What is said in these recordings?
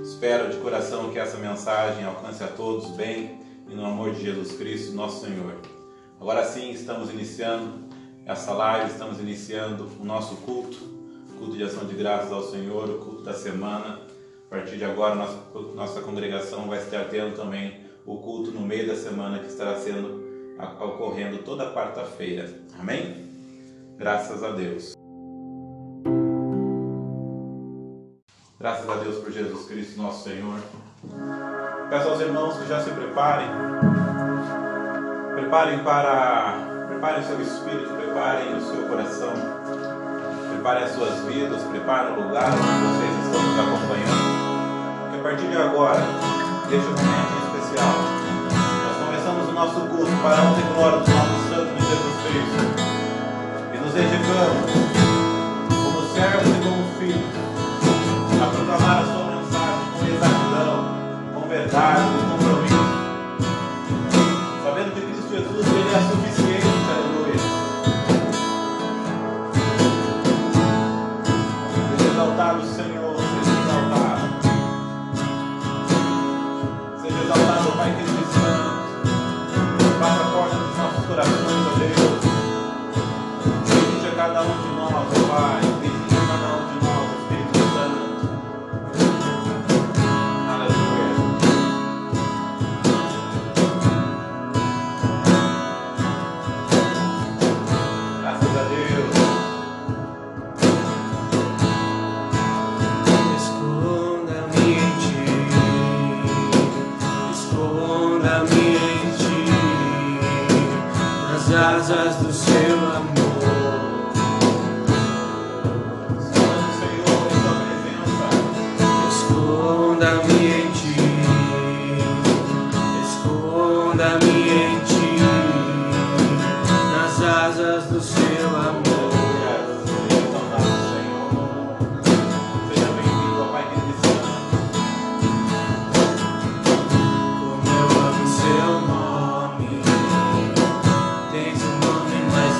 Espero de coração que essa mensagem alcance a todos bem e no amor de Jesus Cristo, nosso Senhor. Agora sim, estamos iniciando essa live, estamos iniciando o nosso culto de ação de graças ao Senhor, o culto da semana. A partir de agora, nossa congregação vai estar tendo também o culto no meio da semana, que estará ocorrendo toda quarta-feira. Amém? Graças a Deus. Graças a Deus por Jesus Cristo, nosso Senhor. Peço aos irmãos que já se preparem. Preparem o seu espírito, preparem o seu coração, preparem as suas vidas, preparem o lugar onde vocês estão nos acompanhando. Que a partir de agora, deixe um momento especial. Nós começamos o nosso culto para a honra e glória do nosso Santo de Jesus Cristo. E nos dedicamos, como servos e como filhos, a proclamar a sua mensagem com exatidão, com verdade e compromisso, sabendo que Cristo Jesus ele é suficiente, aleluia. Seja exaltado, Senhor, seja exaltado. Seja exaltado, Pai querido e santo. Bata a porta dos nossos corações, ó Deus. Visite a cada um de nós, ó Pai. Visite a cada um de nós, Espírito Santo. Asas do seu amor, Senhor, em tua presença. esconda-me em ti, esconda-me em ti, nas asas do seu amor. Seja exaltado, Senhor. Seja bem-vindo, ó Pai querido e santo. Como eu amo seu nome, tens um nome mais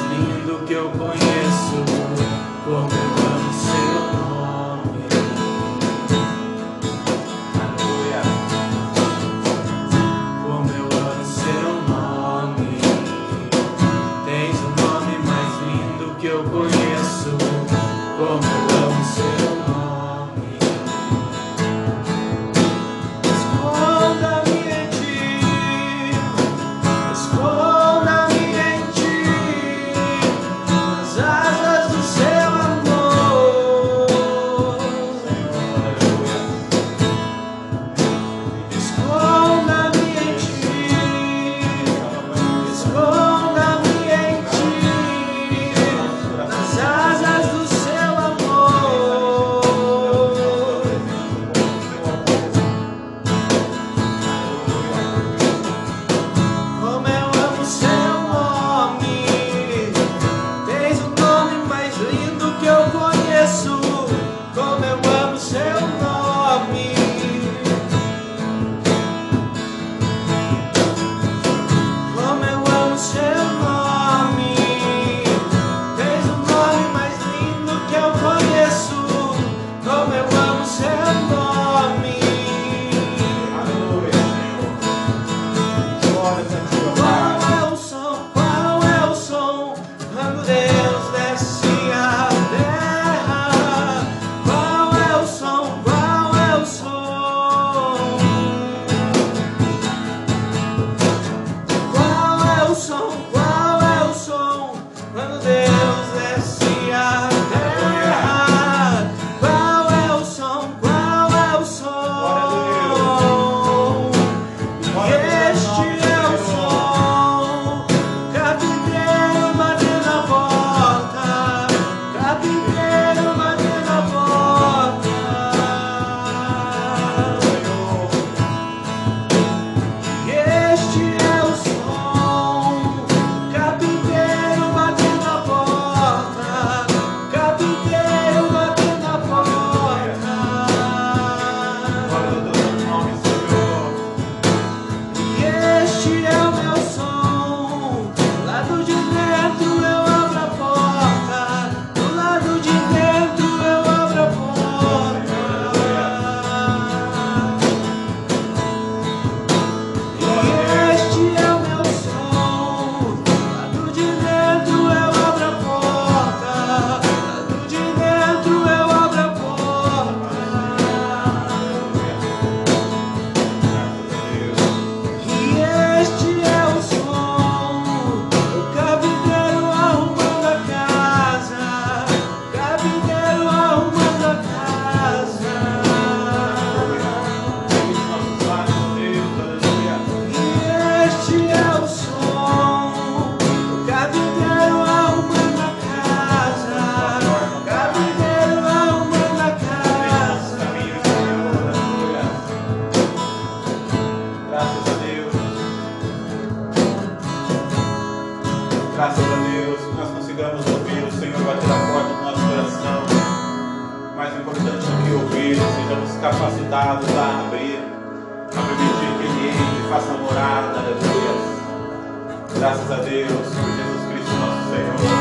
estamos capacitados a abrir, a permitir que Ele entre e faça morada, aleluia. Graças a Deus por Jesus Cristo nosso Senhor.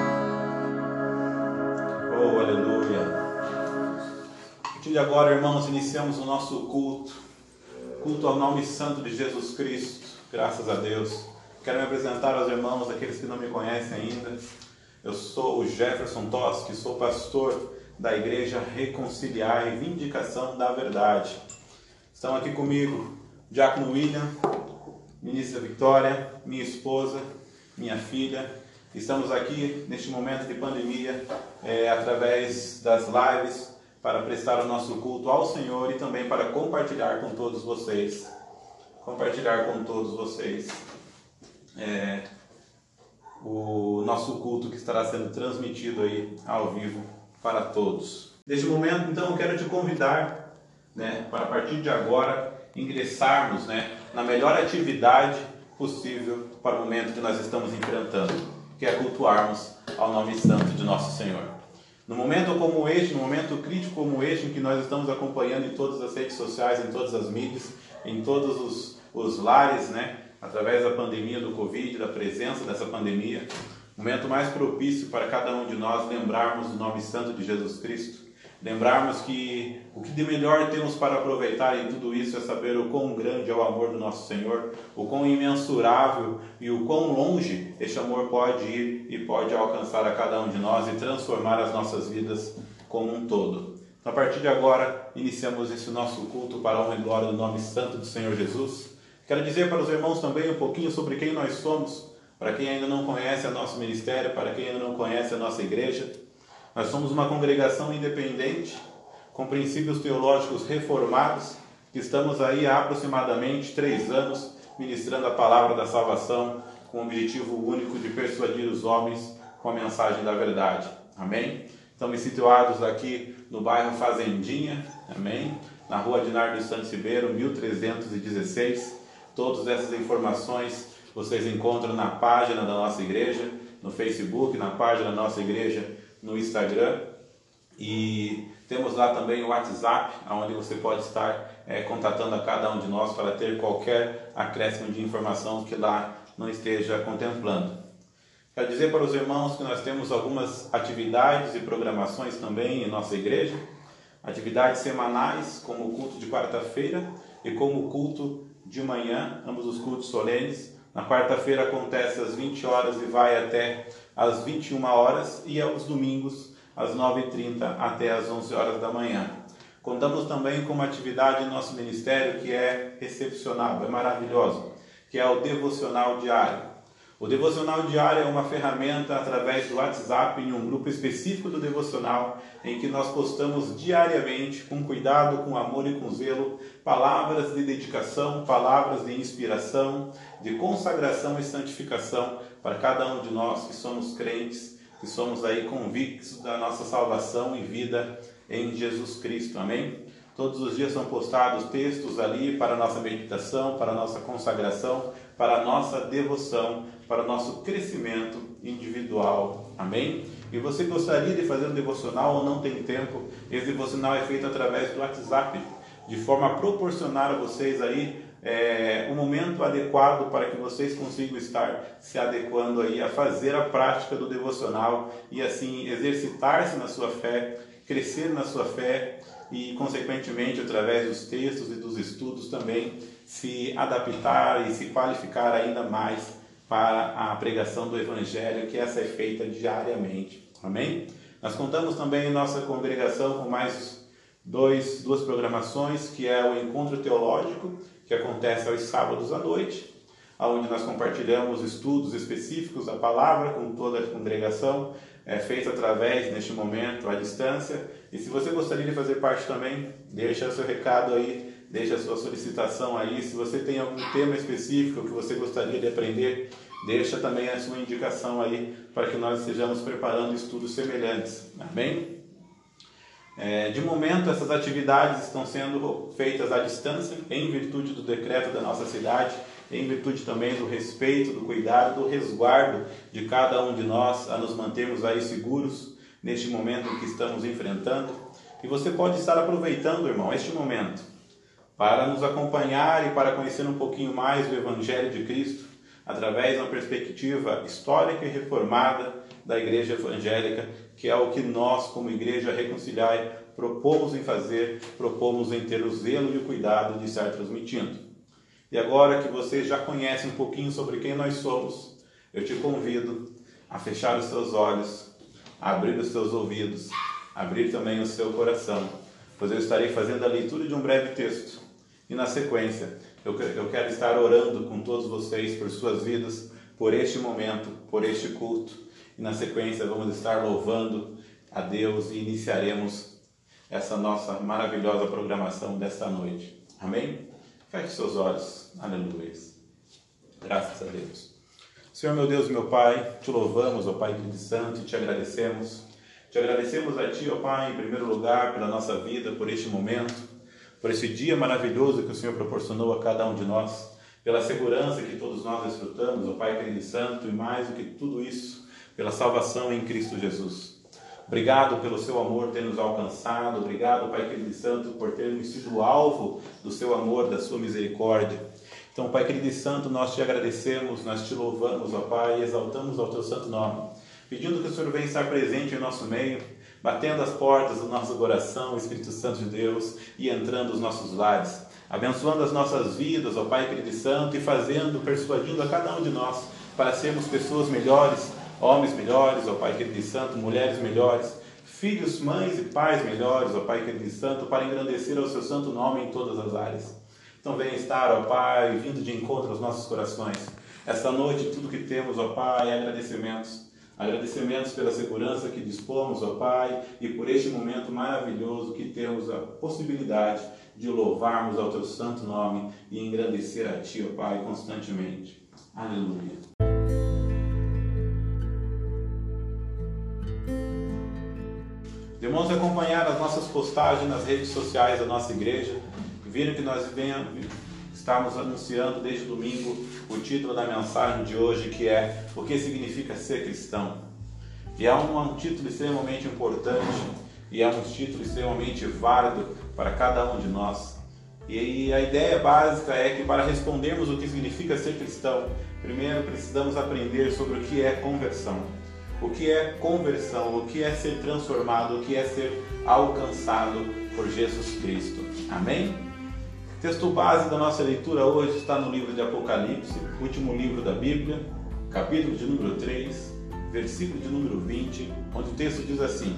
Oh, aleluia. A partir de agora, irmãos, iniciamos o nosso culto ao nome santo de Jesus Cristo. Graças a Deus. Quero me apresentar aos irmãos, aqueles que não me conhecem ainda. Eu sou o Jefferson Toschi, sou pastor da Igreja Reconciliar e Vindicação da Verdade. Estão aqui comigo Diácono William, Ministra Vitória, minha esposa, minha filha. Estamos aqui neste momento de pandemia, através das lives, para prestar o nosso culto ao Senhor e também para compartilhar com todos vocês. O nosso culto que estará sendo transmitido aí ao vivo para todos. Neste momento, então, eu quero te convidar, para a partir de agora ingressarmos, na melhor atividade possível para o momento que nós estamos enfrentando, que é cultuarmos ao nome santo de nosso Senhor. No momento como este, no momento crítico como este, em que nós estamos acompanhando em todas as redes sociais, em todas as mídias, em todos os lares, através da pandemia do Covid, da presença dessa pandemia, momento mais propício para cada um de nós lembrarmos do nome santo de Jesus Cristo, lembrarmos que o que de melhor temos para aproveitar em tudo isso é saber o quão grande é o amor do nosso Senhor, o quão imensurável e o quão longe este amor pode ir e pode alcançar a cada um de nós e transformar as nossas vidas como um todo. Então, a partir de agora, iniciamos esse nosso culto para a honra e glória do nome santo do Senhor Jesus. Quero dizer para os irmãos também um pouquinho sobre quem nós somos, para quem ainda não conhece o nosso ministério, para quem ainda não conhece a nossa igreja. Nós somos uma congregação independente, com princípios teológicos reformados, que estamos aí há aproximadamente 3 anos ministrando a palavra da salvação, com o objetivo único de persuadir os homens com a mensagem da verdade. Amém? Estamos situados aqui no bairro Fazendinha, amém? Na rua Dinardo Santos Ribeiro, 1316. Todas essas informações vocês encontram na página da nossa igreja, no Facebook, na página da nossa igreja, no Instagram. E temos lá também o WhatsApp, onde você pode estar contatando a cada um de nós para ter qualquer acréscimo de informação que lá não esteja contemplando. Quero dizer para os irmãos que nós temos algumas atividades e programações também em nossa igreja. Atividades semanais, como o culto de quarta-feira e como o culto de manhã, ambos os cultos solenes. Na quarta-feira acontece às 20 horas e vai até às 21 horas e aos domingos às 9h30 até às 11 horas da manhã. Contamos também com uma atividade em nosso ministério que é excepcional, é maravilhosa, que é o devocional diário. O devocional diário é uma ferramenta através do WhatsApp em um grupo específico do devocional em que nós postamos diariamente, com cuidado, com amor e com zelo, palavras de dedicação, palavras de inspiração, de consagração e santificação para cada um de nós que somos crentes, que somos aí convictos da nossa salvação e vida em Jesus Cristo. Amém? Todos os dias são postados textos ali para a nossa meditação, para a nossa consagração, para a nossa devoção, para o nosso crescimento individual. Amém? E você gostaria de fazer um devocional ou não tem tempo? Esse devocional é feito através do WhatsApp, de forma a proporcionar a vocês aí um momento adequado para que vocês consigam estar se adequando aí a fazer a prática do devocional e assim exercitar-se na sua fé, crescer na sua fé e, consequentemente, através dos textos e dos estudos também se adaptar e se qualificar ainda mais para a pregação do Evangelho, que essa é feita diariamente. Amém? Nós contamos também em nossa congregação com mais duas programações, que é o Encontro Teológico, que acontece aos sábados à noite, onde nós compartilhamos estudos específicos da palavra com toda a congregação, feito através, neste momento, à distância. E se você gostaria de fazer parte também, deixa seu recado aí, deixa a sua solicitação aí. Se você tem algum tema específico que você gostaria de aprender, deixa também a sua indicação aí, para que nós estejamos preparando estudos semelhantes. Amém? De momento, essas atividades estão sendo feitas à distância, em virtude do decreto da nossa cidade, em virtude também do respeito, do cuidado, do resguardo de cada um de nós, a nos mantermos aí seguros neste momento em que estamos enfrentando. E você pode estar aproveitando, irmão, este momento para nos acompanhar e para conhecer um pouquinho mais do Evangelho de Cristo através de uma perspectiva histórica e reformada da Igreja Evangélica, que é o que nós, como Igreja Reconciliar, propomos em fazer, propomos em ter o zelo e o cuidado de estar transmitindo. E agora que você já conhece um pouquinho sobre quem nós somos, eu te convido a fechar os seus olhos, a abrir os seus ouvidos, abrir também o seu coração, pois eu estarei fazendo a leitura de um breve texto. E na sequência, eu quero estar orando com todos vocês por suas vidas, por este momento, por este culto. E na sequência vamos estar louvando a Deus e iniciaremos essa nossa maravilhosa programação desta noite. Amém? Feche seus olhos. Aleluia. Graças a Deus. Senhor meu Deus e meu Pai, te louvamos, ó Pai querido santo, e te agradecemos. Te agradecemos a Ti, ó Pai, em primeiro lugar, pela nossa vida, por este momento, por esse dia maravilhoso que o Senhor proporcionou a cada um de nós, pela segurança que todos nós desfrutamos, ó Pai querido santo, e mais do que tudo isso, pela salvação em Cristo Jesus. Obrigado pelo seu amor ter nos alcançado, obrigado, Pai querido santo, por termos sido alvo do seu amor, da sua misericórdia. Então, Pai querido e santo, nós te agradecemos, nós te louvamos, ó Pai, e exaltamos ao teu santo nome, pedindo que o Senhor venha estar presente em nosso meio, batendo as portas do nosso coração, Espírito Santo de Deus, e entrando nos nossos lares, abençoando as nossas vidas, ó Pai querido e santo, e persuadindo a cada um de nós para sermos pessoas melhores, homens melhores, ó Pai querido e santo, mulheres melhores, filhos, mães e pais melhores, ó Pai querido e santo, para engrandecer ao seu santo nome em todas as áreas. Então venha estar, ó Pai, vindo de encontro aos nossos corações. Esta noite, tudo que temos, ó Pai, é agradecimentos. Agradecimentos pela segurança que dispomos, ó Pai, e por este momento maravilhoso que temos a possibilidade de louvarmos ao teu santo nome e engrandecer a Ti, ó Pai, constantemente. Aleluia. Irmãos, acompanhar as nossas postagens nas redes sociais da nossa igreja, viram que nós estamos anunciando desde domingo o título da mensagem de hoje, que é O que significa ser cristão? E é um título extremamente importante e é um título extremamente válido para cada um de nós. E a ideia básica é que, para respondermos o que significa ser cristão, primeiro precisamos aprender sobre o que é conversão. O que é conversão, o que é ser transformado, o que é ser alcançado por Jesus Cristo. Amém? O texto base da nossa leitura hoje está no livro de Apocalipse, último livro da Bíblia, capítulo de número 3, versículo de número 20, onde o texto diz assim: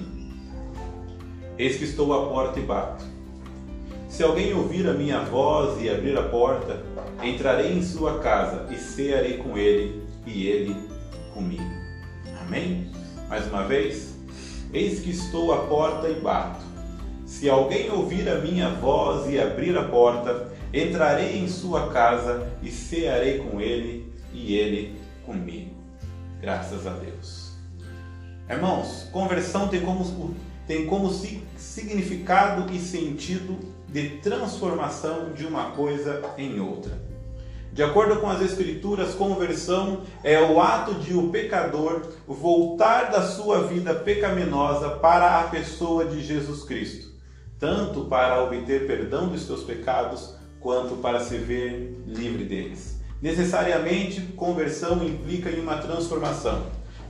Eis que estou à porta e bato. Se alguém ouvir a minha voz e abrir a porta, entrarei em sua casa e cearei com ele e ele comigo. Amém? Mais uma vez, eis que estou à porta e bato. Se alguém ouvir a minha voz e abrir a porta, entrarei em sua casa e cearei com ele e ele comigo. Graças a Deus. Irmãos, conversão tem como significado e sentido de transformação de uma coisa em outra. De acordo com as Escrituras, conversão é o ato de o pecador voltar da sua vida pecaminosa para a pessoa de Jesus Cristo, tanto para obter perdão dos seus pecados, quanto para se ver livre deles. Necessariamente, conversão implica em uma transformação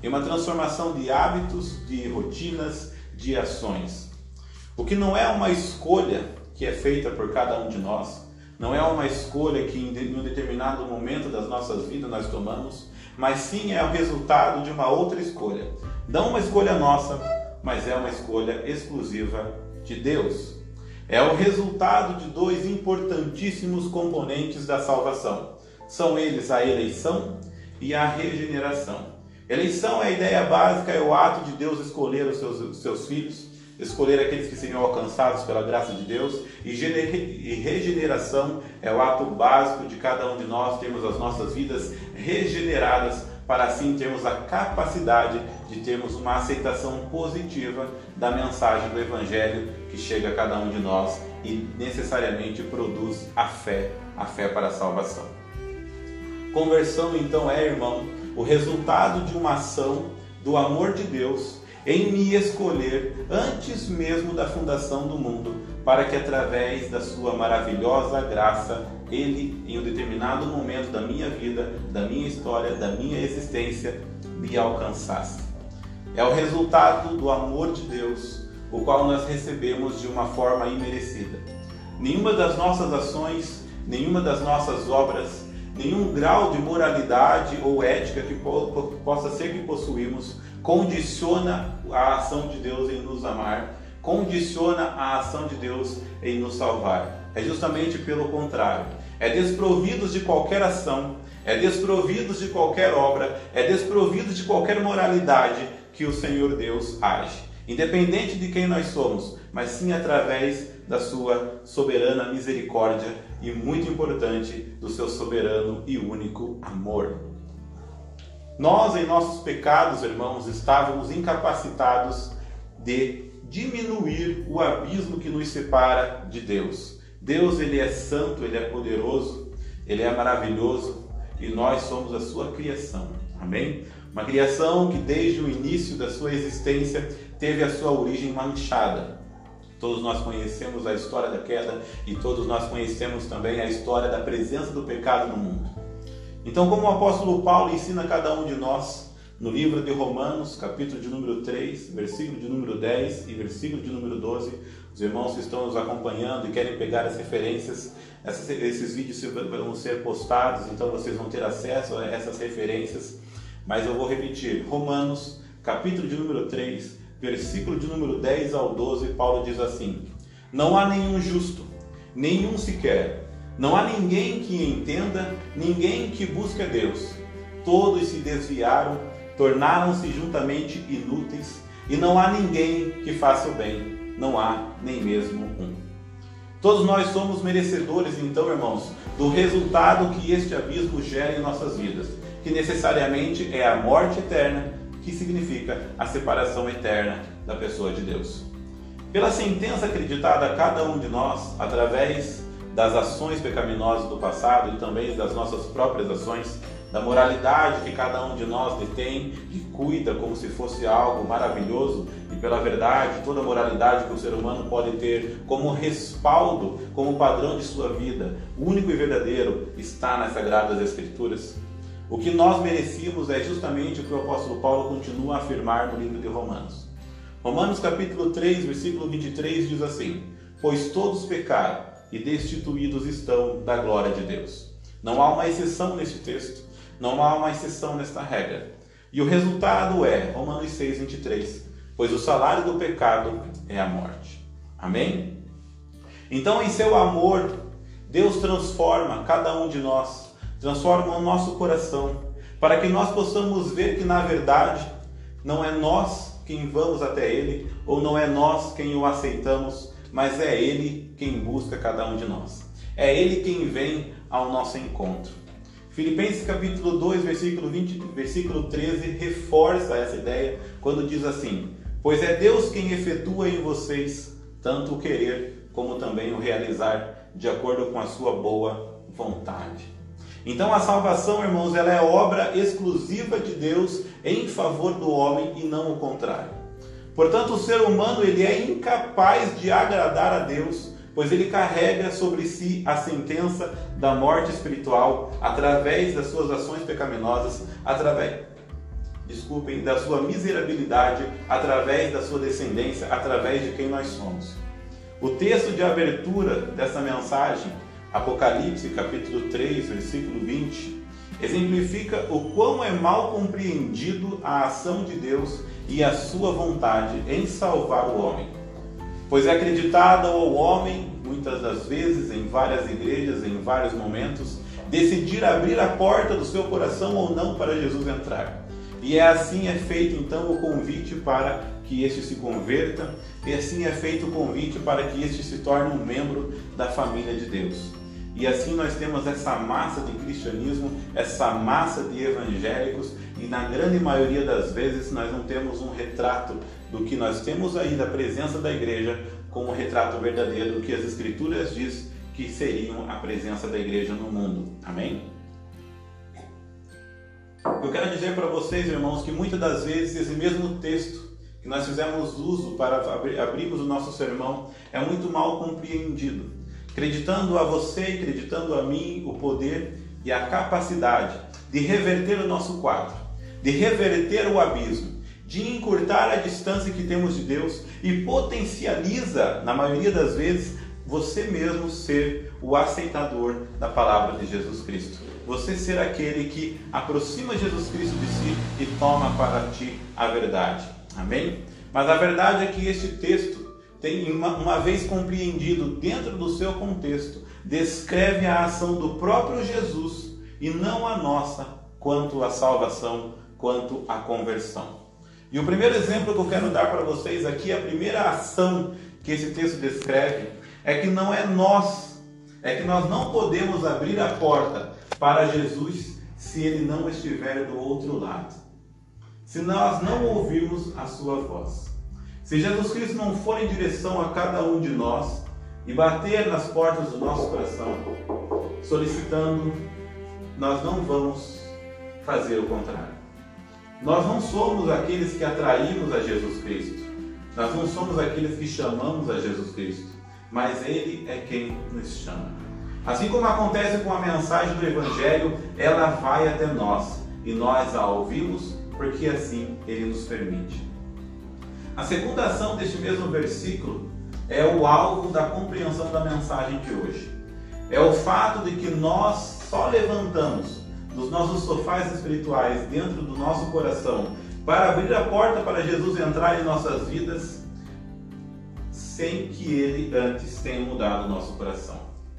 de hábitos, de rotinas, de ações. O que não é uma escolha que é feita por cada um de nós, não é uma escolha que em um determinado momento das nossas vidas nós tomamos, mas sim é o resultado de uma outra escolha. Não uma escolha nossa, mas é uma escolha exclusiva de Deus. É o resultado de dois importantíssimos componentes da salvação. São eles a eleição e a regeneração. Eleição é a ideia básica, é o ato de Deus escolher os seus filhos, escolher aqueles que seriam alcançados pela graça de Deus, e regeneração é o ato básico de cada um de nós termos as nossas vidas regeneradas, para assim termos a capacidade de termos uma aceitação positiva da mensagem do Evangelho que chega a cada um de nós e necessariamente produz a fé para a salvação. Conversão, então, é, irmão, o resultado de uma ação do amor de Deus em me escolher antes mesmo da fundação do mundo, para que através da sua maravilhosa graça, Ele, em um determinado momento da minha vida, da minha história, da minha existência, me alcançasse. É o resultado do amor de Deus, o qual nós recebemos de uma forma imerecida. Nenhuma das nossas ações, nenhuma das nossas obras, nenhum grau de moralidade ou ética que possa ser que possuímos condiciona a ação de Deus em nos amar, condiciona a ação de Deus em nos salvar. É justamente pelo contrário. É desprovidos de qualquer ação, é desprovidos de qualquer obra, é desprovidos de qualquer moralidade que o Senhor Deus age. Independente de quem nós somos, mas sim através da sua soberana misericórdia e, muito importante, do seu soberano e único amor. Nós, em nossos pecados, irmãos, estávamos incapacitados de diminuir o abismo que nos separa de Deus. Deus, Ele é santo, Ele é poderoso, Ele é maravilhoso e nós somos a sua criação. Amém? Uma criação que desde o início da sua existência teve a sua origem manchada. Todos nós conhecemos a história da queda e todos nós conhecemos também a história da presença do pecado no mundo. Então, como o apóstolo Paulo ensina a cada um de nós, no livro de Romanos, capítulo de número 3, versículo de número 10 e versículo de número 12, os irmãos que estão nos acompanhando e querem pegar as referências, esses vídeos vão ser postados, então vocês vão ter acesso a essas referências, mas eu vou repetir. Romanos, capítulo de número 3, versículo de número 10 ao 12, Paulo diz assim: não há nenhum justo, nenhum sequer. Não há ninguém que entenda, ninguém que busque a Deus. Todos se desviaram, tornaram-se juntamente inúteis, e não há ninguém que faça o bem, não há nem mesmo um. Todos nós somos merecedores, então, irmãos, do resultado que este abismo gera em nossas vidas, que necessariamente é a morte eterna, que significa a separação eterna da pessoa de Deus. Pela sentença acreditada a cada um de nós, através das ações pecaminosas do passado e também das nossas próprias ações, da moralidade que cada um de nós detém e cuida como se fosse algo maravilhoso, e pela verdade, toda a moralidade que o ser humano pode ter como respaldo, como padrão de sua vida, único e verdadeiro, está nas Sagradas Escrituras. O que nós merecíamos é justamente o que o apóstolo Paulo continua a afirmar no livro de Romanos. Romanos capítulo 3, versículo 23 diz assim: pois todos pecaram e destituídos estão da glória de Deus. Não há uma exceção neste texto, não há uma exceção nesta regra. E o resultado é, Romanos 6, 23, pois o salário do pecado é a morte. Amém? Então, em seu amor, Deus transforma cada um de nós, transforma o nosso coração, para que nós possamos ver que, na verdade, não é nós quem vamos até Ele, ou não é nós quem o aceitamos, mas é Ele quem busca cada um de nós. É Ele quem vem ao nosso encontro. Filipenses capítulo 2, versículo 13, reforça essa ideia quando diz assim: pois é Deus quem efetua em vocês tanto o querer como também o realizar, de acordo com a sua boa vontade. Então a salvação, irmãos, ela é obra exclusiva de Deus em favor do homem e não o contrário. Portanto, o ser humano ele é incapaz de agradar a Deus, pois ele carrega sobre si a sentença da morte espiritual através das suas ações pecaminosas, da sua miserabilidade, através da sua descendência, através de quem nós somos. O texto de abertura dessa mensagem, Apocalipse capítulo 3, versículo 20, exemplifica o quão é mal compreendido a ação de Deus e a sua vontade em salvar o homem. Pois é acreditado ao homem, muitas das vezes, em várias igrejas, em vários momentos, decidir abrir a porta do seu coração ou não para Jesus entrar. E assim é feito então o convite para que este se converta, e assim é feito o convite para que este se torne um membro da família de Deus. E assim nós temos essa massa de cristianismo, essa massa de evangélicos, e na grande maioria das vezes nós não temos um retrato do que nós temos aí da presença da igreja como um retrato verdadeiro do que as Escrituras diz que seriam a presença da igreja no mundo. Amém? Eu quero dizer para vocês, irmãos, que muitas das vezes esse mesmo texto que nós fizemos uso para abrirmos o nosso sermão é muito mal compreendido, acreditando a você e acreditando a mim o poder e a capacidade de reverter o nosso quadro, de reverter o abismo, de encurtar a distância que temos de Deus e potencializa, na maioria das vezes, você mesmo ser o aceitador da palavra de Jesus Cristo. Você ser aquele que aproxima Jesus Cristo de si e toma para ti a verdade. Amém? Mas a verdade é que este texto tem, uma vez compreendido dentro do seu contexto, descreve a ação do próprio Jesus e não a nossa quanto à salvação, quanto à conversão. E o primeiro exemplo que eu quero dar para vocês aqui, a primeira ação que esse texto descreve, é que não é nós, é que nós não podemos abrir a porta para Jesus se Ele não estiver do outro lado. Se nós não ouvirmos a sua voz. Se Jesus Cristo não for em direção a cada um de nós e bater nas portas do nosso coração, solicitando, nós não vamos fazer o contrário. Nós não somos aqueles que atraímos a Jesus Cristo. Nós não somos aqueles que chamamos a Jesus Cristo. Mas Ele é quem nos chama. Assim como acontece com a mensagem do Evangelho, ela vai até nós e nós a ouvimos porque assim Ele nos permite. A segunda ação deste mesmo versículo é o alvo da compreensão da mensagem de hoje. É o fato de que nós só levantamos dos nossos sofás espirituais dentro do nosso coração para abrir a porta para Jesus entrar em nossas vidas sem que Ele antes tenha mudado o nosso coração.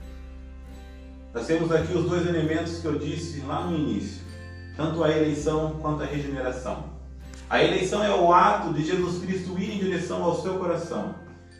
Nós temos aqui os dois elementos que eu disse lá no início, tanto a eleição quanto a regeneração. A eleição é o ato de Jesus Cristo ir em direção ao seu coração.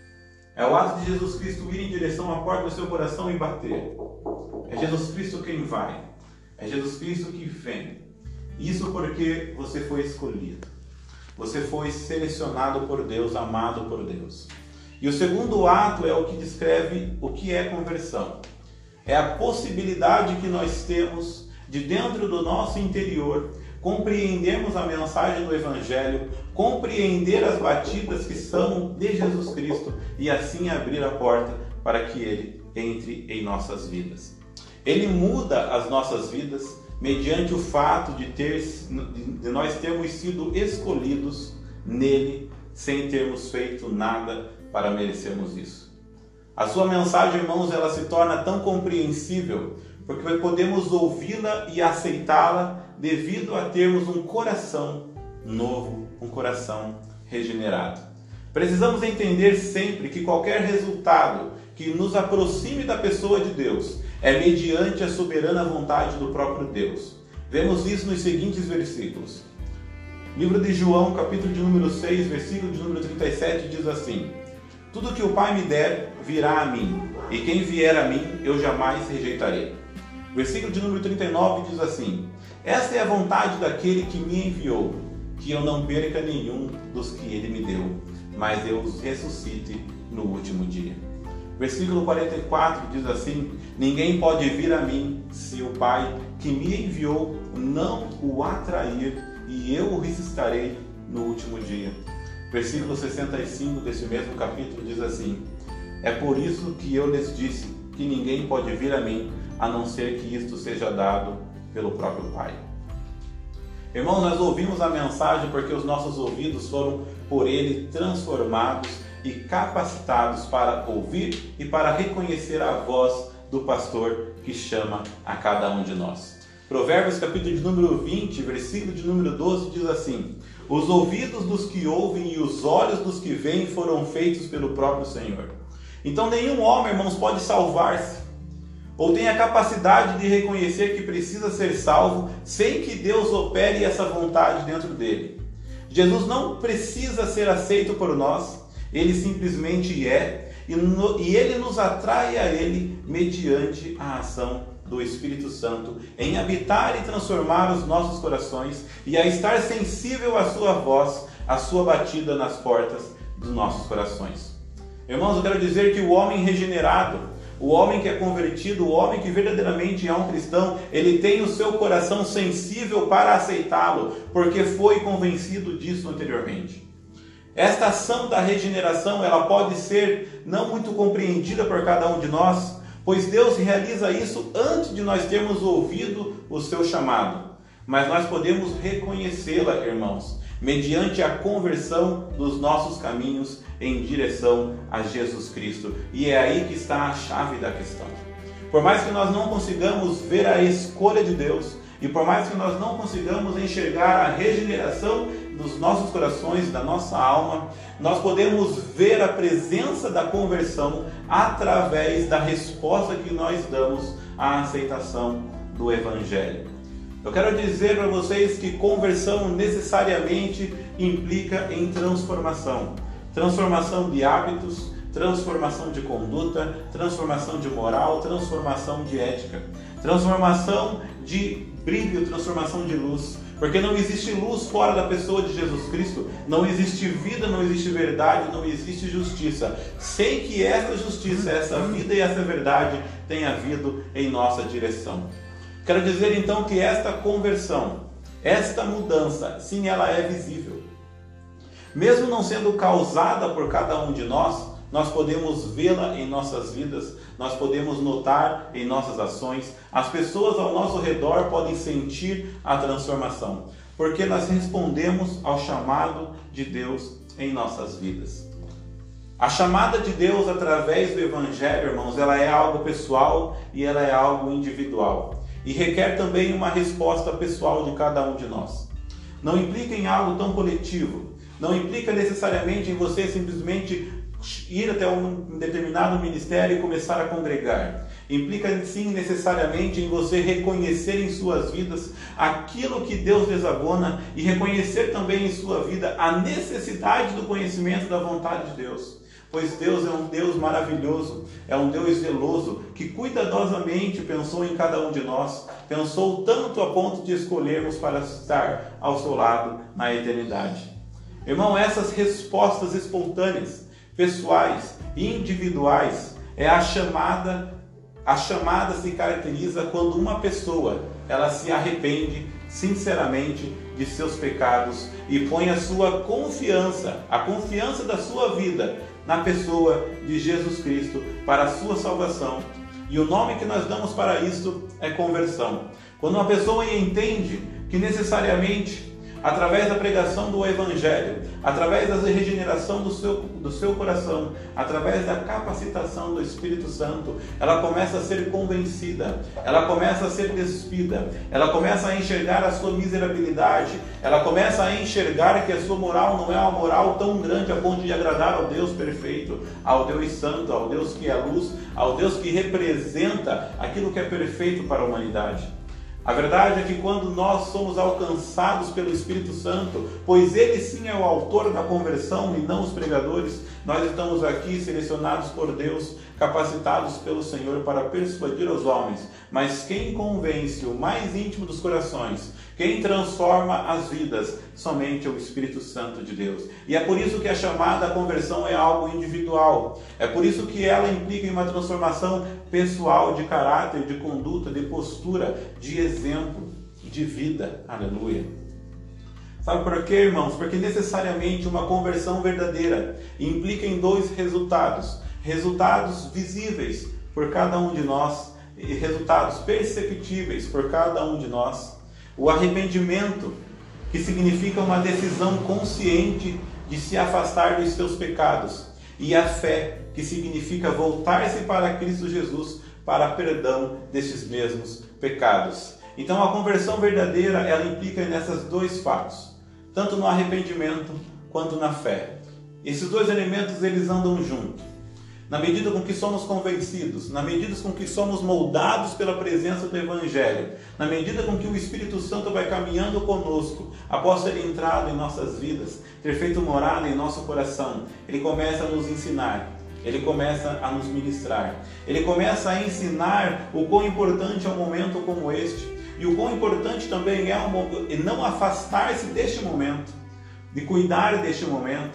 É o ato de Jesus Cristo ir em direção à porta do seu coração e bater. É Jesus Cristo quem vai. É Jesus Cristo que vem. Isso porque você foi escolhido. Você foi selecionado por Deus, amado por Deus. E o segundo ato é o que descreve o que é conversão. É a possibilidade que nós temos de dentro do nosso interior compreendermos a mensagem do Evangelho, compreender as batidas que são de Jesus Cristo e assim abrir a porta para que Ele entre em nossas vidas. Ele muda as nossas vidas mediante o fato de nós termos sido escolhidos nele sem termos feito nada para merecermos isso. A sua mensagem, irmãos, ela se torna tão compreensível porque podemos ouvi-la e aceitá-la devido a termos um coração novo, um coração regenerado. Precisamos entender sempre que qualquer resultado que nos aproxime da pessoa de Deus é mediante a soberana vontade do próprio Deus. Vemos isso nos seguintes versículos. Livro de João, capítulo de número 6, versículo de número 37, diz assim: Tudo que o Pai me der virá a mim, e quem vier a mim eu jamais rejeitarei. Versículo de número 39 diz assim: Esta é a vontade daquele que me enviou, que eu não perca nenhum dos que ele me deu, mas eu os ressuscite no último dia. Versículo 44 diz assim: Ninguém pode vir a mim se o Pai que me enviou não o atrair, e eu o ressuscitarei no último dia. Versículo 65 desse mesmo capítulo diz assim: É por isso que eu lhes disse que ninguém pode vir a mim, a não ser que isto seja dado pelo próprio Pai. Irmãos, nós ouvimos a mensagem porque os nossos ouvidos foram por Ele transformados e capacitados para ouvir e para reconhecer a voz do pastor que chama a cada um de nós. Provérbios capítulo de número 20, versículo de número 12 diz assim: Os ouvidos dos que ouvem e os olhos dos que veem foram feitos pelo próprio Senhor. Então nenhum homem, irmãos, pode salvar-se ou tem a capacidade de reconhecer que precisa ser salvo sem que Deus opere essa vontade dentro dele. Jesus não precisa ser aceito por nós, Ele simplesmente é, e Ele nos atrai a Ele mediante a ação do Espírito Santo em habitar e transformar os nossos corações e a estar sensível à sua voz, à sua batida nas portas dos nossos corações. Irmãos, eu quero dizer que o homem regenerado, o homem que é convertido, o homem que verdadeiramente é um cristão, ele tem o seu coração sensível para aceitá-lo, porque foi convencido disso anteriormente. Esta ação da regeneração, ela pode ser não muito compreendida por cada um de nós, pois Deus realiza isso antes de nós termos ouvido o seu chamado. Mas nós podemos reconhecê-la, irmãos, mediante a conversão dos nossos caminhos em direção a Jesus Cristo. E é aí que está a chave da questão. Por mais que nós não consigamos ver a escolha de Deus, e por mais que nós não consigamos enxergar a regeneração dos nossos corações, da nossa alma, nós podemos ver a presença da conversão através da resposta que nós damos à aceitação do Evangelho. Eu quero dizer para vocês que conversão necessariamente implica em transformação. Transformação de hábitos, transformação de conduta, transformação de moral, transformação de ética, transformação de brilho, transformação de luz. Porque não existe luz fora da pessoa de Jesus Cristo, não existe vida, não existe verdade, não existe justiça, sem que essa justiça, essa vida e essa verdade tenha havido em nossa direção. Quero dizer então que esta conversão, esta mudança, sim, ela é visível. Mesmo não sendo causada por cada um de nós podemos vê-la em nossas vidas, nós podemos notar em nossas ações, as pessoas ao nosso redor podem sentir a transformação, porque nós respondemos ao chamado de Deus em nossas vidas. A chamada de Deus através do Evangelho, irmãos, ela é algo pessoal e ela é algo individual. E requer também uma resposta pessoal de cada um de nós. Não implica em algo tão coletivo, não implica necessariamente em você simplesmente ir até um determinado ministério e começar a congregar. Implica sim necessariamente em você reconhecer em suas vidas aquilo que Deus desabona e reconhecer também em sua vida a necessidade do conhecimento da vontade de Deus. Pois Deus é um Deus maravilhoso, é um Deus zeloso, que cuidadosamente pensou em cada um de nós, pensou tanto a ponto de escolhermos para estar ao seu lado na eternidade. Irmão, essas respostas espontâneas, pessoais e individuais, é a chamada se caracteriza quando uma pessoa, ela se arrepende sinceramente de seus pecados e põe a sua confiança, a confiança da sua vida na pessoa de Jesus Cristo para a sua salvação. E o nome que nós damos para isso é conversão. Quando uma pessoa entende que necessariamente, através da pregação do Evangelho, através da regeneração do seu coração, através da capacitação do Espírito Santo, ela começa a ser convencida, ela começa a ser despida, ela começa a enxergar a sua miserabilidade, ela começa a enxergar que a sua moral não é uma moral tão grande a ponto de agradar ao Deus perfeito, ao Deus santo, ao Deus que é luz, ao Deus que representa aquilo que é perfeito para a humanidade. A verdade é que quando nós somos alcançados pelo Espírito Santo, pois Ele sim é o autor da conversão e não os pregadores, nós estamos aqui selecionados por Deus, capacitados pelo Senhor para persuadir os homens. Mas quem convence o mais íntimo dos corações, quem transforma as vidas, somente é o Espírito Santo de Deus. E é por isso que a chamada conversão é algo individual. É por isso que ela implica em uma transformação pessoal de caráter, de conduta, de postura, de exemplo, de vida. Aleluia. Sabe por quê, irmãos? Porque necessariamente uma conversão verdadeira implica em dois resultados. Resultados visíveis por cada um de nós e resultados perceptíveis por cada um de nós. O arrependimento, que significa uma decisão consciente de se afastar dos seus pecados. E a fé, que significa voltar-se para Cristo Jesus para perdão desses mesmos pecados. Então a conversão verdadeira, ela implica nesses dois fatos, tanto no arrependimento quanto na fé. Esses dois elementos, eles andam juntos. Na medida com que somos convencidos, na medida com que somos moldados pela presença do Evangelho, na medida com que o Espírito Santo vai caminhando conosco, após ter entrado em nossas vidas, ter feito morada em nosso coração, Ele começa a nos ensinar, Ele começa a nos ministrar, Ele começa a ensinar o quão importante é um momento como este, e o quão importante também é não afastar-se deste momento, de cuidar deste momento,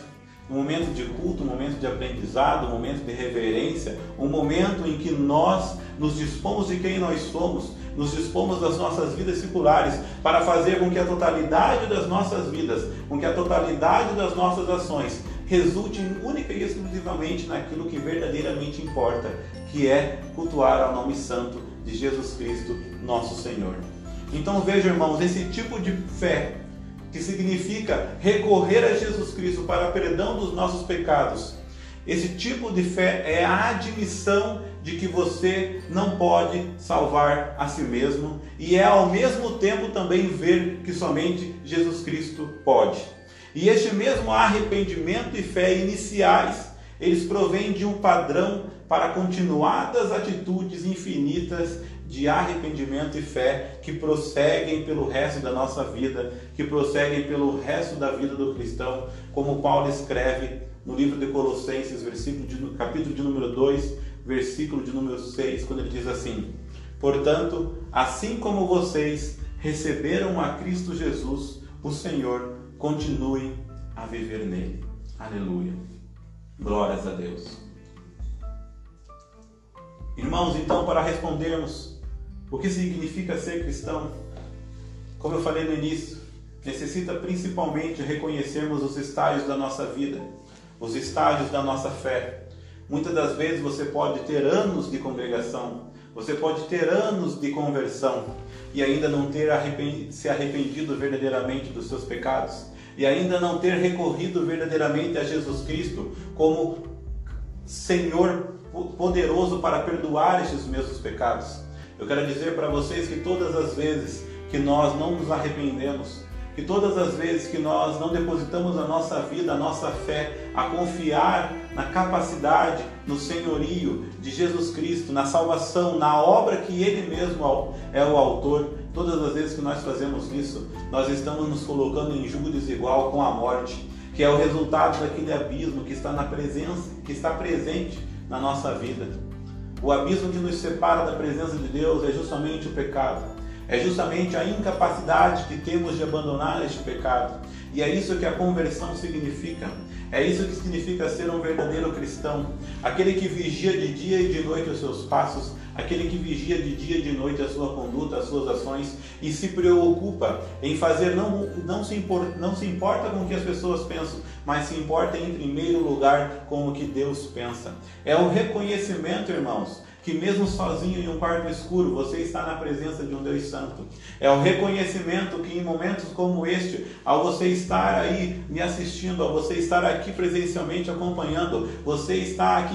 um momento de culto, um momento de aprendizado, um momento de reverência, um momento em que nós nos dispomos de quem nós somos, nos dispomos das nossas vidas seculares para fazer com que a totalidade das nossas vidas, com que a totalidade das nossas ações resulte única e exclusivamente naquilo que verdadeiramente importa, que é cultuar ao nome santo de Jesus Cristo, nosso Senhor. Então veja, irmãos, esse tipo de fé, que significa recorrer a Jesus Cristo para o perdão dos nossos pecados, esse tipo de fé é a admissão de que você não pode salvar a si mesmo e é ao mesmo tempo também ver que somente Jesus Cristo pode. E este mesmo arrependimento e fé iniciais, eles provêm de um padrão para continuadas atitudes infinitas de arrependimento e fé que prosseguem pelo resto da nossa vida, que prosseguem pelo resto da vida do cristão, como Paulo escreve no livro de Colossenses, capítulo de número 2, versículo de número 6, quando ele diz assim: portanto, assim como vocês receberam a Cristo Jesus, o Senhor, continuem a viver nele. Aleluia. Glórias a Deus. Irmãos, então, para respondermos o que significa ser cristão, como eu falei no início, necessita principalmente reconhecermos os estágios da nossa vida, os estágios da nossa fé. Muitas das vezes você pode ter anos de congregação, você pode ter anos de conversão e ainda não ter se arrependido verdadeiramente dos seus pecados e ainda não ter recorrido verdadeiramente a Jesus Cristo como Senhor poderoso para perdoar estes mesmos pecados. Eu quero dizer para vocês que todas as vezes que nós não nos arrependemos, que todas as vezes que nós não depositamos a nossa vida, a nossa fé, a confiar na capacidade, no senhorio de Jesus Cristo, na salvação, na obra que Ele mesmo é o autor, todas as vezes que nós fazemos isso, nós estamos nos colocando em julgo desigual com a morte, que é o resultado daquele abismo que está na presença, que está presente na nossa vida. O abismo que nos separa da presença de Deus é justamente o pecado. É justamente a incapacidade que temos de abandonar este pecado. E é isso que a conversão significa. É isso que significa ser um verdadeiro cristão. Aquele que vigia de dia e de noite os seus passos, aquele que vigia de dia e de noite a sua conduta, as suas ações e se preocupa em fazer, não se importa com o que as pessoas pensam, mas se importa em primeiro lugar com o que Deus pensa. É o reconhecimento, irmãos, que mesmo sozinho em um quarto escuro, você está na presença de um Deus Santo. É o reconhecimento que em momentos como este, ao você estar aí me assistindo, ao você estar aqui presencialmente acompanhando, você está aqui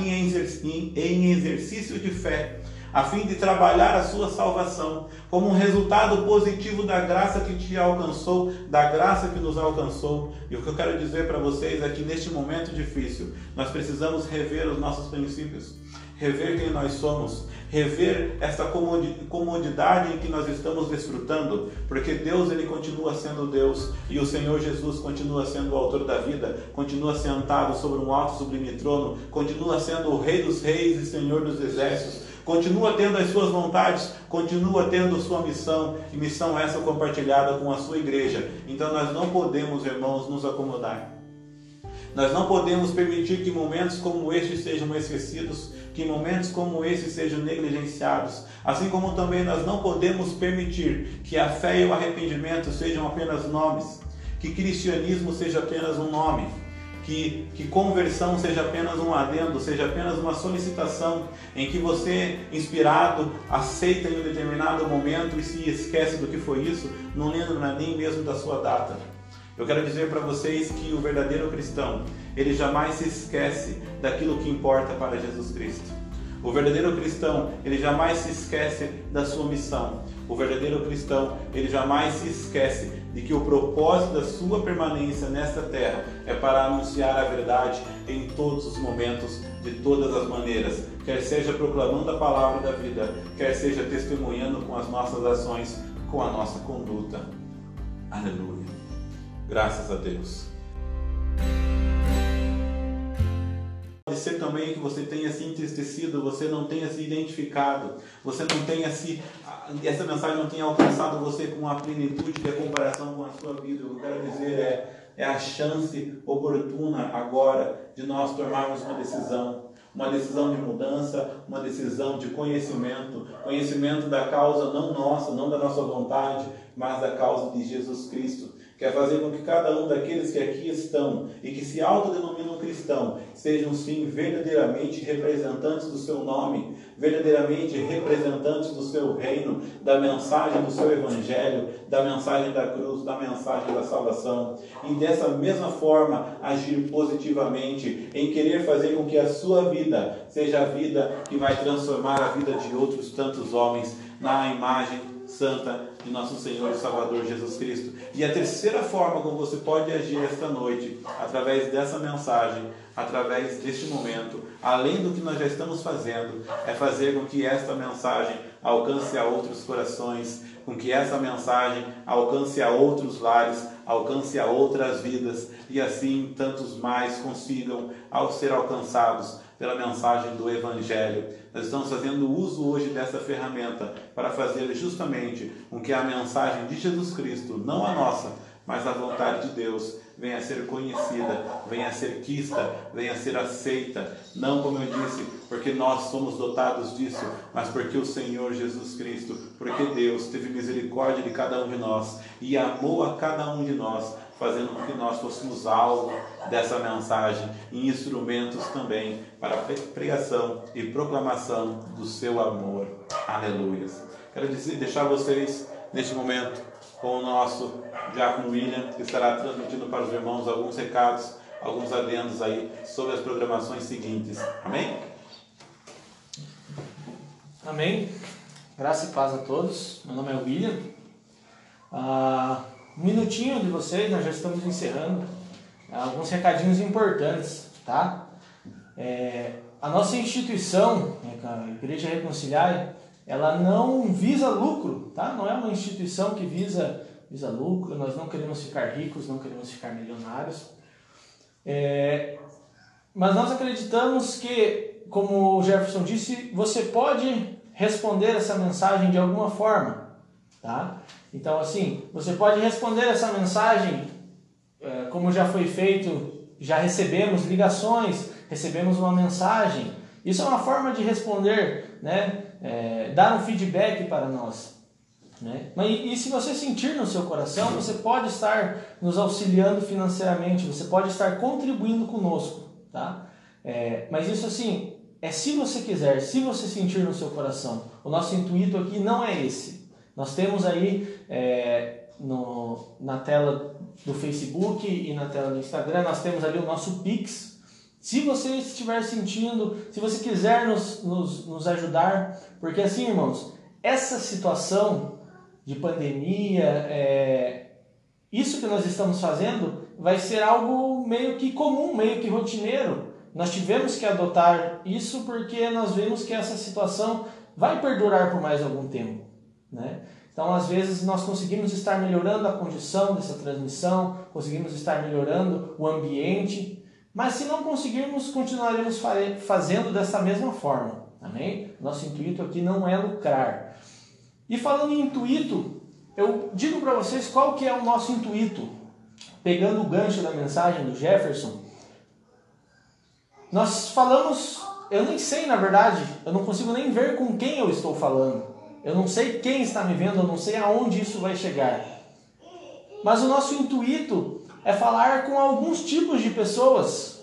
em exercício de fé, a fim de trabalhar a sua salvação, como um resultado positivo da graça que te alcançou, da graça que nos alcançou. E o que eu quero dizer para vocês é que neste momento difícil, nós precisamos rever os nossos princípios, rever quem nós somos, rever essa comodidade em que nós estamos desfrutando, porque Deus, Ele continua sendo Deus, e o Senhor Jesus continua sendo o autor da vida, continua sentado sobre um alto sublime trono, continua sendo o Rei dos Reis e Senhor dos Exércitos, continua tendo as suas vontades, continua tendo sua missão, e missão essa compartilhada com a sua igreja. Então nós não podemos, irmãos, nos acomodar. Nós não podemos permitir que momentos como este sejam esquecidos, que momentos como esse sejam negligenciados. Assim como também nós não podemos permitir que a fé e o arrependimento sejam apenas nomes, que cristianismo seja apenas um nome, que conversão seja apenas um adendo, seja apenas uma solicitação em que você, inspirado, aceita em um determinado momento e se esquece do que foi isso, não lembra nem mesmo da sua data. Eu quero dizer para vocês que o verdadeiro cristão, ele jamais se esquece daquilo que importa para Jesus Cristo. O verdadeiro cristão, ele jamais se esquece da sua missão. O verdadeiro cristão, ele jamais se esquece de que o propósito da sua permanência nesta terra é para anunciar a verdade em todos os momentos, de todas as maneiras, quer seja proclamando a palavra da vida, quer seja testemunhando com as nossas ações, com a nossa conduta. Aleluia. Graças a Deus. Pode ser também que você tenha se entristecido, você não tenha se identificado, você não tenha essa mensagem não tenha alcançado você com a plenitude que é a comparação com a sua vida. O que eu quero dizer é, é a chance oportuna agora de nós tomarmos uma decisão de mudança, uma decisão de conhecimento da causa não nossa, não da nossa vontade, mas da causa de Jesus Cristo. Quer fazer com que cada um daqueles que aqui estão e que se autodenominam cristão sejam sim verdadeiramente representantes do seu nome, verdadeiramente representantes do seu reino, da mensagem do seu evangelho, da mensagem da cruz, da mensagem da salvação. E dessa mesma forma agir positivamente em querer fazer com que a sua vida seja a vida que vai transformar a vida de outros tantos homens na imagem santa de nosso Senhor e Salvador Jesus Cristo. E a terceira forma como você pode agir esta noite, através dessa mensagem, através deste momento, além do que nós já estamos fazendo, é fazer com que esta mensagem alcance a outros corações, com que essa mensagem alcance a outros lares, alcance a outras vidas, e assim tantos mais consigam ao ser alcançados pela mensagem do Evangelho. Nós estamos fazendo uso hoje dessa ferramenta para fazer justamente com que a mensagem de Jesus Cristo, não a nossa, mas a vontade de Deus, venha a ser conhecida, venha a ser quista, venha a ser aceita, não, como eu disse, porque nós somos dotados disso, mas porque o Senhor Jesus Cristo, porque Deus teve misericórdia de cada um de nós e amou a cada um de nós, fazendo com que nós fôssemos alvo dessa mensagem e instrumentos também para a pregação e proclamação do seu amor. Aleluia. Quero deixar vocês neste momento com o nosso diácono William, que estará transmitindo para os irmãos alguns recados, alguns adendos aí sobre as programações seguintes. Amém? Amém. Graça e paz a todos. Meu nome é William. Um minutinho de vocês, nós já estamos encerrando. Alguns recadinhos importantes, tá? A nossa instituição, a Igreja Reconciliar, ela não visa lucro, tá? Não é uma instituição que visa lucro, nós não queremos ficar ricos, não queremos ficar milionários. Mas nós acreditamos que, como o Jefferson disse, você pode responder essa mensagem de alguma forma, tá? Então, assim, você pode responder essa mensagem, como já foi feito, já recebemos ligações, recebemos uma mensagem. Isso é uma forma de responder, né? Dar um feedback para nós, né? E se você sentir no seu coração, você pode estar nos auxiliando financeiramente, você pode estar contribuindo conosco, tá? Mas isso, assim, se você quiser, se você sentir no seu coração. O nosso intuito aqui não é esse. Nós temos aí na tela do Facebook e na tela do Instagram, nós temos ali o nosso Pix. Se você estiver sentindo, se você quiser nos ajudar, porque assim, irmãos, essa situação de pandemia, isso que nós estamos fazendo vai ser algo meio que comum, meio que rotineiro. Nós tivemos que adotar isso porque nós vemos que essa situação vai perdurar por mais algum tempo, né? Então, às vezes, nós conseguimos estar melhorando a condição dessa transmissão, conseguimos estar melhorando o ambiente, mas se não conseguirmos, continuaremos fazendo dessa mesma forma, amém? Nosso intuito aqui não é lucrar. E falando em intuito, eu digo para vocês qual que é o nosso intuito. Pegando o gancho da mensagem do Jefferson, nós falamos, eu nem sei na verdade, eu não consigo nem ver com quem eu estou falando. Eu não sei quem está me vendo, eu não sei aonde isso vai chegar. Mas o nosso intuito é falar com alguns tipos de pessoas.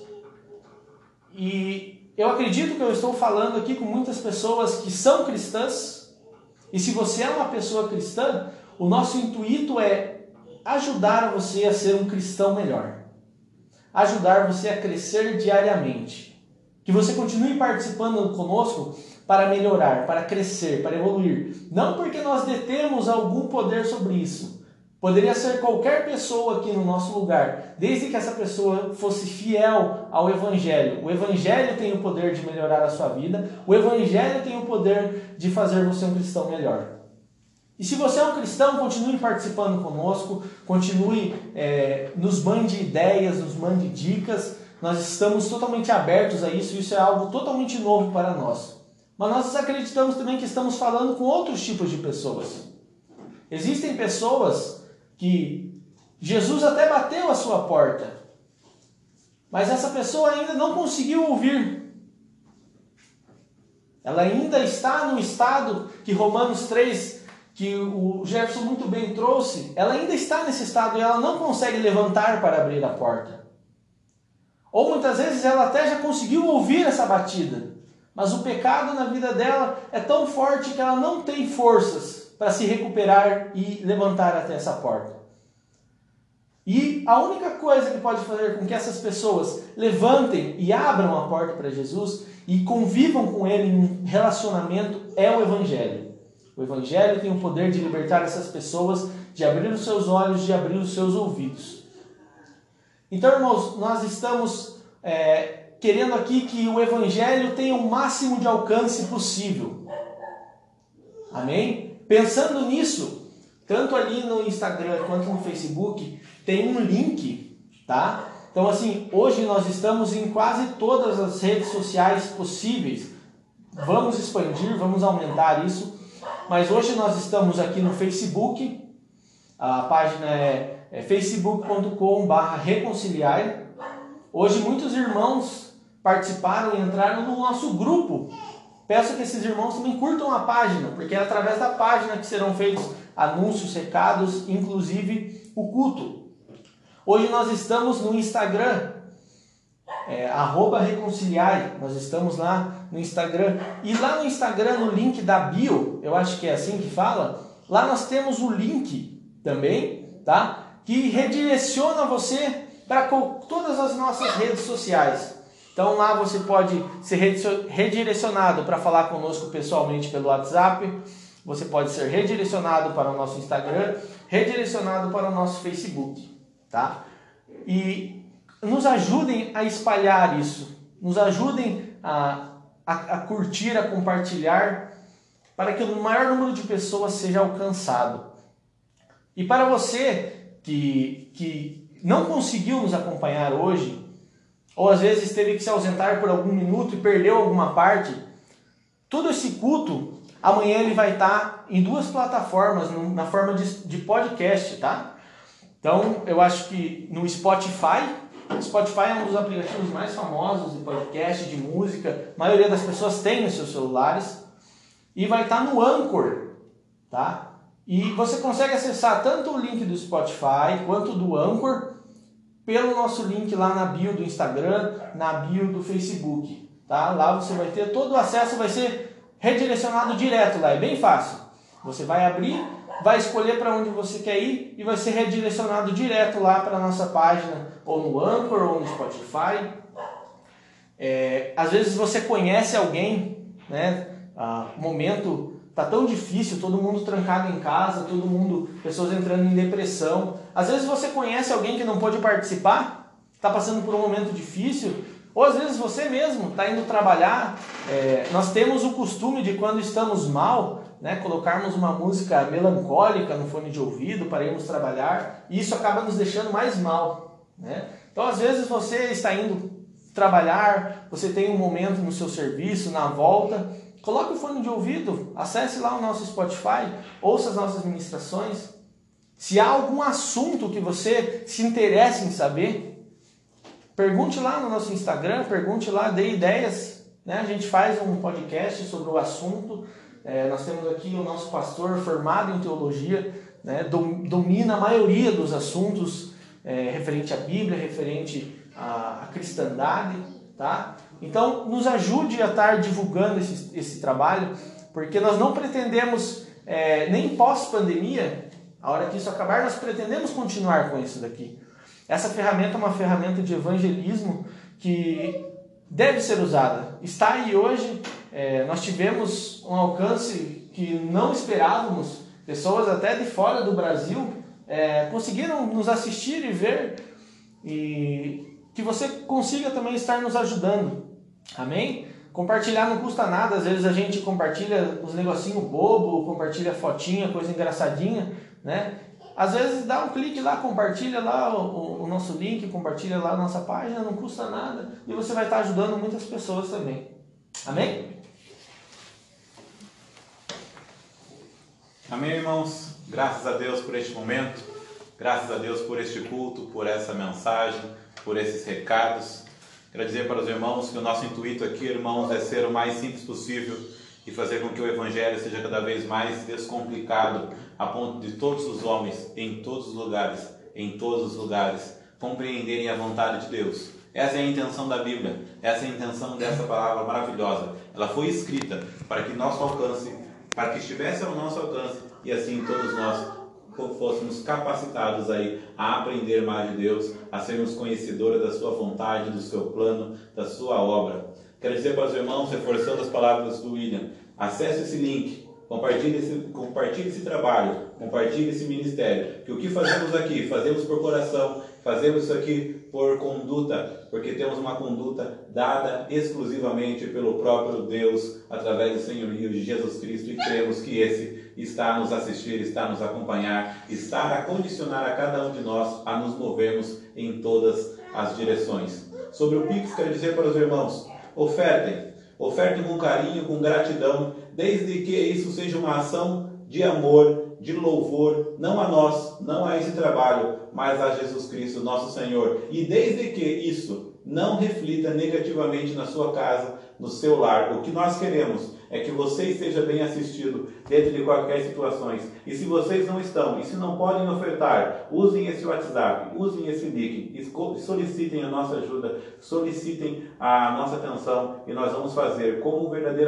E eu acredito que eu estou falando aqui com muitas pessoas que são cristãs. E se você é uma pessoa cristã, o nosso intuito é ajudar você a ser um cristão melhor. Ajudar você a crescer diariamente. Que você continue participando conosco para melhorar, para crescer, para evoluir. Não porque nós detemos algum poder sobre isso. Poderia ser qualquer pessoa aqui no nosso lugar, desde que essa pessoa fosse fiel ao Evangelho. O Evangelho tem o poder de melhorar a sua vida, o Evangelho tem o poder de fazer você um cristão melhor. E se você é um cristão, continue participando conosco, continue, nos mande ideias, nos mande dicas. Nós estamos totalmente abertos a isso, isso é algo totalmente novo para nós. Mas nós acreditamos também que estamos falando com outros tipos de pessoas. Existem pessoas que Jesus até bateu a sua porta, mas essa pessoa ainda não conseguiu ouvir. Ela ainda está no estado que Romanos 3, que o Jefferson muito bem trouxe, ela ainda está nesse estado e ela não consegue levantar para abrir a porta. Ou muitas vezes ela até já conseguiu ouvir essa batida, mas o pecado na vida dela é tão forte que ela não tem forças para se recuperar e levantar até essa porta. E a única coisa que pode fazer com que essas pessoas levantem e abram a porta para Jesus e convivam com Ele em relacionamento é o Evangelho. O Evangelho tem o poder de libertar essas pessoas, de abrir os seus olhos, de abrir os seus ouvidos. Então, irmãos, nós estamos querendo aqui que o Evangelho tenha o máximo de alcance possível. Amém? Pensando nisso, tanto ali no Instagram quanto no Facebook, tem um link, tá? Então, assim, hoje nós estamos em quase todas as redes sociais possíveis. Vamos expandir, vamos aumentar isso. Mas hoje nós estamos aqui no Facebook. A página é facebook.com/reconciliar. Hoje muitos irmãos participaram e entraram no nosso grupo. Peço que esses irmãos também curtam a página, porque é através da página que serão feitos anúncios, recados, inclusive o culto. Hoje nós estamos no Instagram, @reconciliar, nós estamos lá no Instagram. E lá no Instagram, no link da bio, eu acho que é assim que fala, lá nós temos o link também, tá? Que redireciona você para todas as nossas redes sociais. Então lá você pode ser redirecionado para falar conosco pessoalmente pelo WhatsApp, você pode ser redirecionado para o nosso Instagram, redirecionado para o nosso Facebook, tá? E nos ajudem a espalhar isso, nos ajudem a curtir, a compartilhar, para que o maior número de pessoas seja alcançado. E para você que não conseguiu nos acompanhar hoje, ou às vezes teve que se ausentar por algum minuto e perdeu alguma parte, todo esse culto, amanhã ele vai estar em 2 plataformas, na forma de podcast, tá? Então, eu acho que no Spotify é um dos aplicativos mais famosos de podcast, de música, a maioria das pessoas tem nos seus celulares, e vai estar no Anchor, tá? E você consegue acessar tanto o link do Spotify quanto do Anchor pelo nosso link lá na bio do Instagram, na bio do Facebook, tá? Lá você vai ter todo o acesso, vai ser redirecionado direto lá, é bem fácil. Você vai abrir, vai escolher para onde você quer ir e vai ser redirecionado direto lá para a nossa página, ou no Anchor ou no Spotify. Às vezes você conhece alguém, né? O momento está tão difícil, todo mundo trancado em casa, pessoas entrando em depressão. Às vezes você conhece alguém que não pôde participar, está passando por um momento difícil, ou às vezes você mesmo está indo trabalhar. Nós temos o costume de, quando estamos mal, né, colocarmos uma música melancólica no fone de ouvido para irmos trabalhar, e isso acaba nos deixando mais mal, né? Então, às vezes você está indo trabalhar, você tem um momento no seu serviço, na volta, coloque o fone de ouvido, acesse lá o nosso Spotify, ouça as nossas ministrações. Se há algum assunto que você se interessa em saber, pergunte lá no nosso Instagram, pergunte lá, dê ideias, né? A gente faz um podcast sobre o assunto. Nós temos aqui o nosso pastor formado em teologia, né? Domina a maioria dos assuntos referente à Bíblia, referente à cristandade, tá? Então, nos ajude a estar divulgando esse trabalho, porque nós não pretendemos, nem pós-pandemia, a hora que isso acabar, nós pretendemos continuar com isso daqui. Essa ferramenta é uma ferramenta de evangelismo que deve ser usada. Está aí hoje, nós tivemos um alcance que não esperávamos, pessoas até de fora do Brasil conseguiram nos assistir e ver, e que você consiga também estar nos ajudando. Amém? Compartilhar não custa nada. Às vezes a gente compartilha uns negocinho bobo, compartilha fotinha, coisa engraçadinha, né? Às vezes dá um clique lá, compartilha lá o nosso link, compartilha lá a nossa página, não custa nada, e você vai estar ajudando muitas pessoas também. Amém? Amém, irmãos? Graças a Deus por este momento. Graças a Deus por este culto, por essa mensagem, por esses recados. Quero dizer para os irmãos que o nosso intuito aqui, irmãos, é ser o mais simples possível e fazer com que o Evangelho seja cada vez mais descomplicado, a ponto de todos os homens, em todos os lugares, compreenderem a vontade de Deus. Essa é a intenção da Bíblia, essa é a intenção dessa palavra maravilhosa. Ela foi escrita para que nosso alcance, para que estivesse ao nosso alcance, e assim todos nós fôssemos capacitados aí a aprender mais de Deus, a sermos conhecedores da sua vontade, do seu plano, da sua obra. Quero dizer para os irmãos, reforçando as palavras do William, acesse esse link, compartilhe esse trabalho, compartilhe esse ministério, que o que fazemos aqui, fazemos por coração, fazemos isso aqui por conduta, porque temos uma conduta dada exclusivamente pelo próprio Deus, através do senhorio de Jesus Cristo, e cremos que esse está a nos assistir, está a nos acompanhar, está a condicionar a cada um de nós a nos movermos em todas as direções. Sobre o Pix, quero dizer para os irmãos, ofertem com carinho, com gratidão, desde que isso seja uma ação de amor, de louvor, não a nós, não a esse trabalho, mas a Jesus Cristo, nosso Senhor. E desde que isso não reflita negativamente na sua casa, no seu lar. O que nós queremos é que você esteja bem assistido dentro de qualquer situação. E se vocês não estão, e se não podem ofertar, usem esse WhatsApp, usem esse link, e solicitem a nossa ajuda, solicitem a nossa atenção, e nós vamos fazer como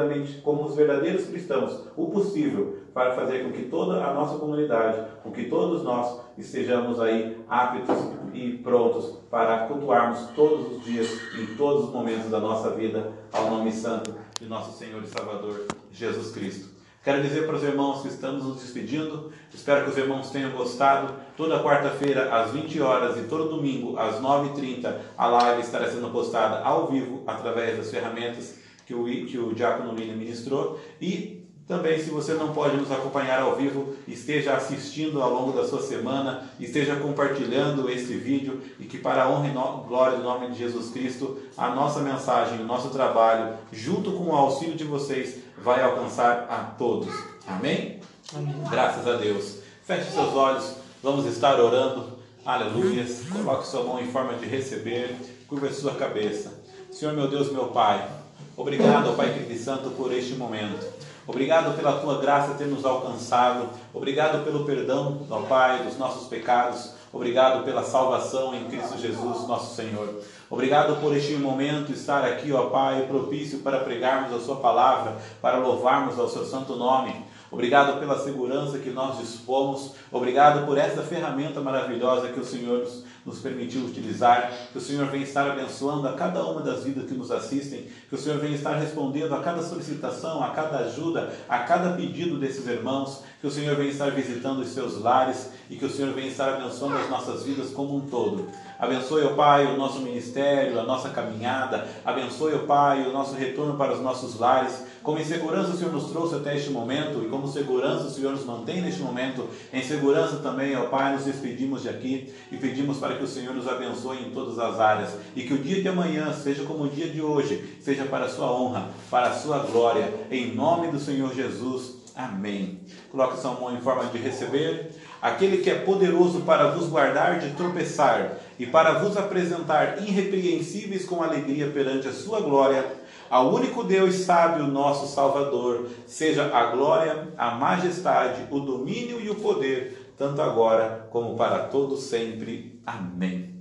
os verdadeiros cristãos, o possível para fazer com que toda a nossa comunidade, com que todos nós estejamos aí aptos e prontos para cultuarmos todos os dias, em todos os momentos da nossa vida, ao nome santo de nosso Senhor e Salvador Jesus Cristo. Quero dizer para os irmãos que estamos nos despedindo, espero que os irmãos tenham gostado. Toda quarta-feira às 20 horas e todo domingo às 9h30 a live estará sendo postada ao vivo através das ferramentas que o Diácono William ministrou. E também, se você não pode nos acompanhar ao vivo, esteja assistindo ao longo da sua semana, esteja compartilhando esse vídeo, e que para a honra e glória do nome de Jesus Cristo, a nossa mensagem, o nosso trabalho, junto com o auxílio de vocês, vai alcançar a todos. Amém? Amém. Graças a Deus. Feche seus olhos, vamos estar orando. Aleluias. Coloque sua mão em forma de receber, curva a sua cabeça. Senhor meu Deus, meu Pai, obrigado, Pai querido e santo, por este momento. Obrigado pela Tua graça ter nos alcançado. Obrigado pelo perdão, ó Pai, dos nossos pecados. Obrigado pela salvação em Cristo Jesus, nosso Senhor. Obrigado por este momento estar aqui, ó Pai, propício para pregarmos a Sua palavra, para louvarmos ao Seu santo nome. Obrigado pela segurança que nós dispomos. Obrigado por essa ferramenta maravilhosa que o Senhor nos permitiu utilizar. Que o Senhor venha estar abençoando a cada uma das vidas que nos assistem. Que o Senhor venha estar respondendo a cada solicitação, a cada ajuda, a cada pedido desses irmãos. Que o Senhor venha estar visitando os seus lares e que o Senhor venha estar abençoando as nossas vidas como um todo. Abençoe, ó Pai, o nosso ministério, a nossa caminhada. Abençoe, ó Pai, o nosso retorno para os nossos lares. Como em segurança o Senhor nos trouxe até este momento, e como segurança o Senhor nos mantém neste momento, em segurança também, ó Pai, nos despedimos de aqui e pedimos para que o Senhor nos abençoe em todas as áreas, e que o dia de amanhã seja como o dia de hoje, seja para a sua honra, para a sua glória, em nome do Senhor Jesus. Amém. Coloque sua mão em forma de receber. Aquele que é poderoso para vos guardar de tropeçar e para vos apresentar irrepreensíveis com alegria perante a sua glória, ao único Deus sábio, nosso Salvador, seja a glória, a majestade, o domínio e o poder, tanto agora como para todo sempre. Amém.